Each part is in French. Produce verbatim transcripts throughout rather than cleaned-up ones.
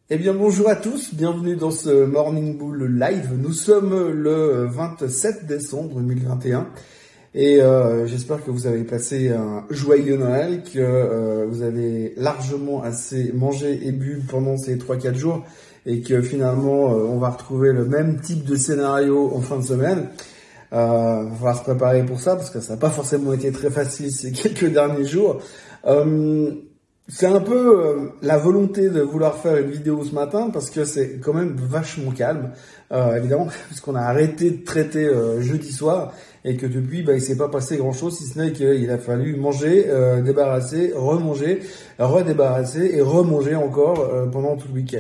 Eh bien bonjour à tous, bienvenue dans ce Morning Bull Live. Nous sommes le vingt-sept décembre deux mille vingt et un et euh, j'espère que vous avez passé un joyeux Noël, que euh, vous avez largement assez mangé et bu pendant ces trois quatre jours et que finalement euh, on va retrouver le même type de scénario en fin de semaine. Euh, il va falloir se préparer pour ça parce que ça n'a pas forcément été très facile ces quelques derniers jours. Euh, C'est un peu euh, la volonté de vouloir faire une vidéo ce matin parce que c'est quand même vachement calme, euh, évidemment, puisqu'on a arrêté de traiter euh, jeudi soir et que depuis, bah, il s'est pas passé grand-chose, si ce n'est qu'il a fallu manger, euh, débarrasser, remanger, redébarrasser et remanger encore euh, pendant tout le week-end.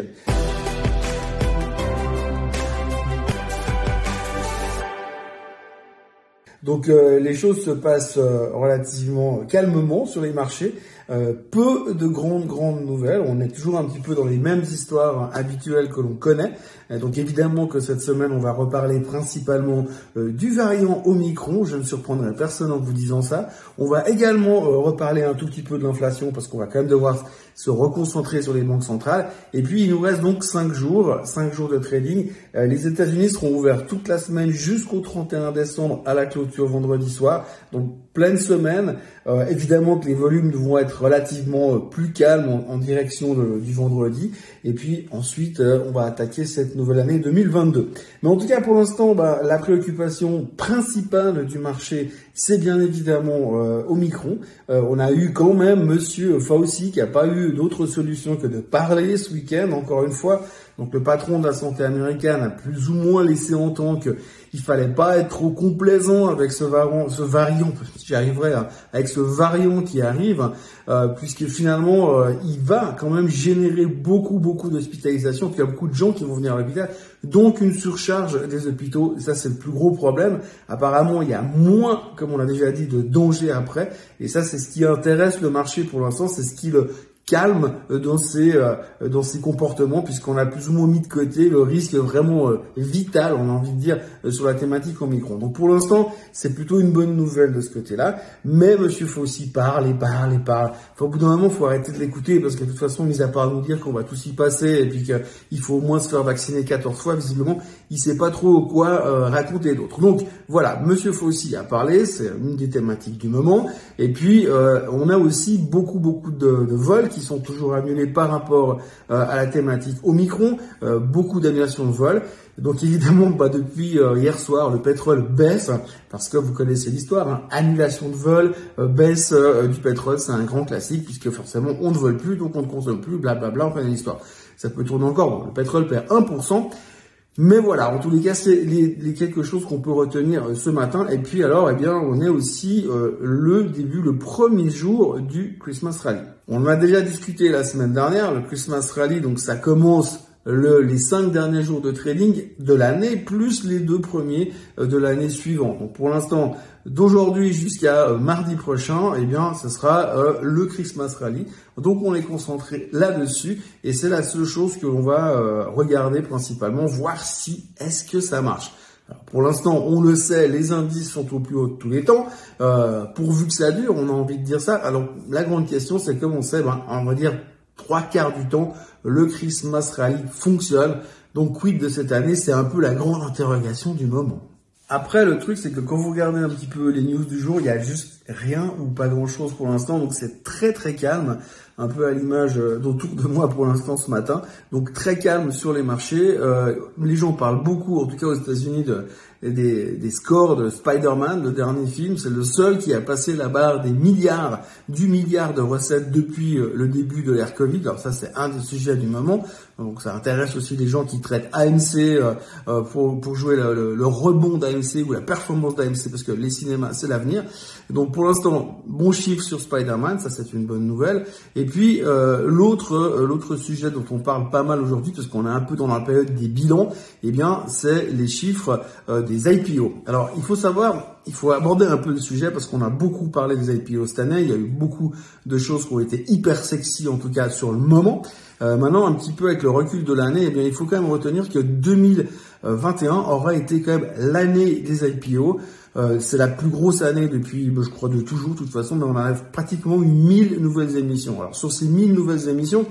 Donc euh, les choses se passent euh, relativement calmement sur les marchés. Euh, peu de grandes grandes nouvelles. On est toujours un petit peu dans les mêmes histoires hein, habituelles que l'on connaît. Et donc évidemment que cette semaine, on va reparler principalement euh, du variant Omicron. Je ne surprendrai personne en vous disant ça. On va également euh, reparler un tout petit peu de l'inflation parce qu'on va quand même devoir se reconcentrer sur les banques centrales. Et puis il nous reste donc cinq jours, cinq jours de trading. Euh, les États-Unis seront ouverts toute la semaine jusqu'au trente et un décembre à la clôture vendredi soir. Donc pleine semaine. Euh, évidemment que les volumes vont être relativement euh, plus calmes en, en direction de, du vendredi. Et puis ensuite, euh, on va attaquer cette nouvelle année deux mille vingt-deux. Mais en tout cas, pour l'instant, bah, la préoccupation principale du marché, c'est bien évidemment euh, Omicron. Euh, on a eu quand même Monsieur Fauci qui n'a pas eu d'autre solution que de parler ce week-end, encore une fois. Donc le patron de la santé américaine a plus ou moins laissé entendre qu'il fallait pas être trop complaisant avec ce variant, ce variant, j'y arriverai, hein, avec ce variant qui arrive, euh, puisque finalement euh, il va quand même générer beaucoup beaucoup d'hospitalisations. Il y a beaucoup de gens qui vont venir à l'hôpital, donc une surcharge des hôpitaux. Ça c'est le plus gros problème. Apparemment il y a moins, comme on l'a déjà dit, de danger après, et ça c'est ce qui intéresse le marché pour l'instant, c'est ce qui le calme dans ses euh, dans ses comportements, puisqu'on a plus ou moins mis de côté le risque vraiment euh, vital, on a envie de dire, euh, sur la thématique Omicron. Donc pour l'instant, c'est plutôt une bonne nouvelle de ce côté-là. Mais Monsieur Fauci parle et parle et parle. Enfin, au bout d'un moment, il faut arrêter de l'écouter parce que de toute façon, mis à part nous dire qu'on va tous y passer et puis qu'il faut au moins se faire vacciner quatorze fois, visiblement, il sait pas trop quoi euh, raconter d'autre. Donc voilà, Monsieur Fauci a parlé, c'est une des thématiques du moment. Et puis euh, on a aussi beaucoup beaucoup de, de vols qui sont toujours annulés par rapport euh, à la thématique Omicron, euh, beaucoup d'annulations de vols. Donc évidemment, bah, depuis euh, hier soir, le pétrole baisse, parce que vous connaissez l'histoire, hein, annulation de vol, euh, baisse euh, du pétrole, c'est un grand classique, puisque forcément on ne vole plus, donc on ne consomme plus, blablabla, on connaît l'histoire. Ça peut tourner encore, bon, le pétrole perd un pour cent, mais voilà, en tous les cas, c'est les, les quelque chose qu'on peut retenir ce matin. Et puis alors, eh bien, on est aussi euh, le début, le premier jour du Christmas Rally. On en a déjà discuté la semaine dernière, le Christmas Rally, donc ça commence le, les cinq derniers jours de trading de l'année, plus les deux premiers de l'année suivante. Donc pour l'instant, d'aujourd'hui jusqu'à euh, mardi prochain, eh bien, ce sera euh, le Christmas Rally. Donc on est concentré là-dessus et c'est la seule chose que l'on va euh, regarder principalement, voir si est-ce que ça marche. Alors, pour l'instant, on le sait, les indices sont au plus haut de tous les temps. Euh, pourvu que ça dure, on a envie de dire ça. Alors la grande question, c'est comme on sait, ben, on va dire trois quarts du temps, le Christmas Rally fonctionne. Donc quid de cette année, c'est un peu la grande interrogation du moment. Après, le truc, c'est que quand vous regardez un petit peu les news du jour, il y a juste rien ou pas grand-chose pour l'instant. Donc, c'est très, très calme, un peu à l'image d'autour de moi pour l'instant ce matin. Donc, très calme sur les marchés. Euh, les gens parlent beaucoup, en tout cas aux États-Unis, de, des, des scores de Spider-Man, le dernier film. C'est le seul qui a passé la barre des milliards, du milliard de recettes depuis le début de l'ère Covid. Alors ça, c'est un des sujets du moment. Donc, ça intéresse aussi les gens qui traitent A M C euh, pour, pour jouer le, le, le rebond d'A M C ou la performance d'A M C, parce que les cinémas, c'est l'avenir. Donc, pour l'instant, bon chiffre sur Spider-Man, ça, c'est une bonne nouvelle. Et puis, euh, l'autre euh, l'autre sujet dont on parle pas mal aujourd'hui, parce qu'on est un peu dans la période des bilans, eh bien, c'est les chiffres euh, des I P O. Alors, il faut savoir, il faut aborder un peu le sujet parce qu'on a beaucoup parlé des I P O cette année. Il y a eu beaucoup de choses qui ont été hyper sexy, en tout cas sur le moment. Euh, maintenant, un petit peu avec le recul de l'année, eh bien, il faut quand même retenir que deux mille vingt et un aura été quand même l'année des I P O. Euh, c'est la plus grosse année depuis, je crois, de toujours, de toute façon, mais on a pratiquement eu mille nouvelles émissions. Alors, sur ces mille nouvelles émissions,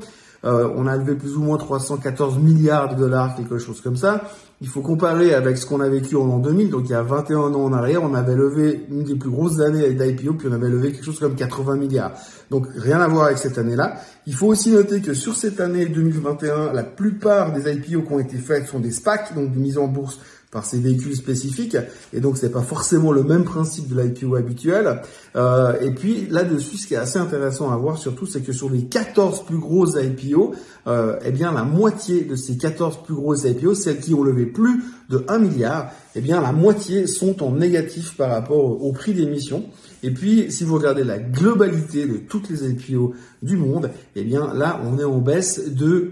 euh, on a levé plus ou moins trois cent quatorze milliards de dollars, quelque chose comme ça. Il faut comparer avec ce qu'on a vécu en l'an deux mille, donc il y a vingt et un ans en arrière, on avait levé une des plus grosses années d'I P O, puis on avait levé quelque chose comme quatre-vingts milliards. Donc rien à voir avec cette année-là. Il faut aussi noter que sur cette année deux mille vingt et un, la plupart des I P O qui ont été faits sont des SPAC, donc des mises en bourse par ces véhicules spécifiques, et donc c'est pas forcément le même principe de l'I P O habituel. Euh, et puis là-dessus, ce qui est assez intéressant à voir surtout, c'est que sur les quatorze plus grosses I P O, euh, eh bien la moitié de ces quatorze plus grosses I P O, celles qui ont levé plus de un milliard, eh bien la moitié sont en négatif par rapport au prix d'émission. Et puis, si vous regardez la globalité de toutes les I P O du monde, eh bien là, on est en baisse de,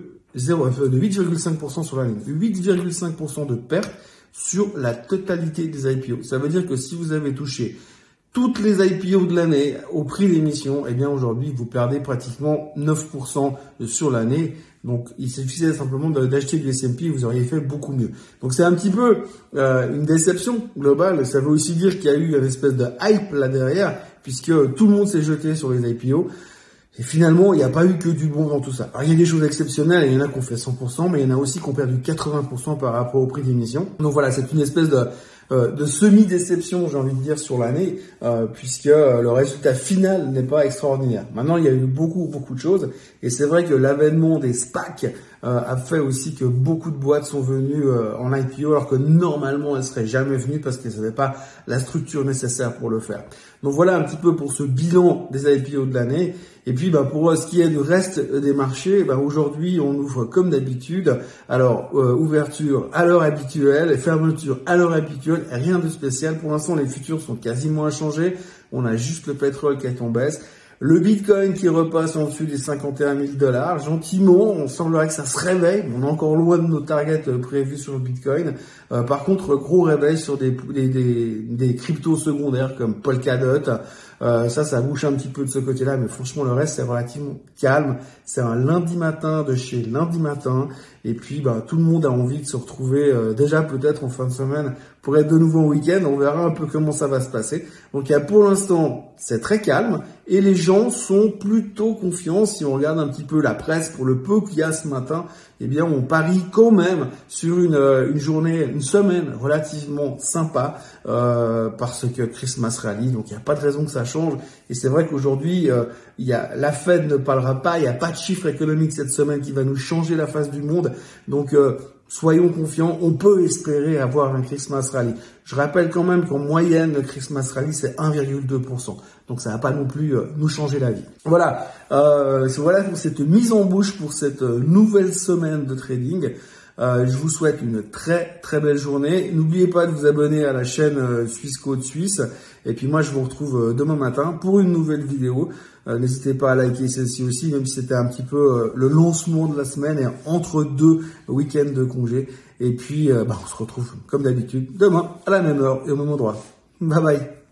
de huit virgule cinq pour cent sur l'année, huit virgule cinq pour cent de perte sur la totalité des I P O. Ça veut dire que si vous avez touché toutes les I P O de l'année au prix d'émission, eh bien aujourd'hui, vous perdez pratiquement neuf pour cent sur l'année. Donc, il suffisait simplement d'acheter du S and P et vous auriez fait beaucoup mieux. Donc, c'est un petit peu euh, une déception globale. Ça veut aussi dire qu'il y a eu une espèce de hype là derrière, puisque tout le monde s'est jeté sur les I P O. Et finalement, il n'y a pas eu que du bon dans tout ça. Alors, il y a des choses exceptionnelles, il y en a qui ont fait cent pour cent, mais il y en a aussi qui ont perdu quatre-vingts pour cent par rapport au prix d'émission. Donc voilà, c'est une espèce de, euh, de semi-déception, j'ai envie de dire, sur l'année, euh, puisque euh, le résultat final n'est pas extraordinaire. Maintenant, il y a eu beaucoup, beaucoup de choses, et c'est vrai que l'avènement des SPAC euh, a fait aussi que beaucoup de boîtes sont venues euh, en I P O, alors que normalement, elles seraient jamais venues parce qu'elles n'avaient pas la structure nécessaire pour le faire. Donc voilà un petit peu pour ce bilan des I P O de l'année. Et puis, bah, pour ce qui est du reste des marchés, bah, aujourd'hui, on ouvre comme d'habitude. Alors, euh, ouverture à l'heure habituelle et fermeture à l'heure habituelle. Rien de spécial. Pour l'instant, les futurs sont quasiment inchangés. On a juste le pétrole qui est en baisse. Le Bitcoin qui repasse en dessus des cinquante et un mille dollars. Gentiment, on semblerait que ça se réveille. On est encore loin de nos targets prévus sur le Bitcoin. Euh, par contre, gros réveil sur des, des, des, des cryptos secondaires comme Polkadot. Euh, ça, ça bouge un petit peu de ce côté-là, mais franchement, le reste, c'est relativement calme. C'est un lundi matin de chez lundi matin. Et puis, bah, tout le monde a envie de se retrouver euh, déjà peut-être en fin de semaine pour être de nouveau en week-end. On verra un peu comment ça va se passer. Donc, pour l'instant, c'est très calme et les gens sont plutôt confiants. Si on regarde un petit peu la presse pour le peu qu'il y a ce matin, eh bien, on parie quand même sur une, une journée, une semaine relativement sympa euh, parce que Christmas Rally, donc il n'y a pas de raison que ça change. Et c'est vrai qu'aujourd'hui, euh, il y a la Fed ne parlera pas, il n'y a pas de chiffre économique cette semaine qui va nous changer la face du monde. Donc, euh, soyons confiants, on peut espérer avoir un Christmas Rally. Je rappelle quand même qu'en moyenne, le Christmas Rally, c'est un virgule deux pour cent. Donc, ça va pas non plus euh, nous changer la vie. Voilà, euh, voilà pour cette mise en bouche pour cette euh, nouvelle semaine de trading. Euh, je vous souhaite une très très belle journée. N'oubliez pas de vous abonner à la chaîne euh, Suisse Code Suisse. Et puis moi, je vous retrouve euh, demain matin pour une nouvelle vidéo. Euh, n'hésitez pas à liker celle-ci aussi, même si c'était un petit peu euh, le lancement de la semaine et entre deux week-ends de congé. Et puis, euh, bah, on se retrouve comme d'habitude demain à la même heure et au même endroit. Bye bye.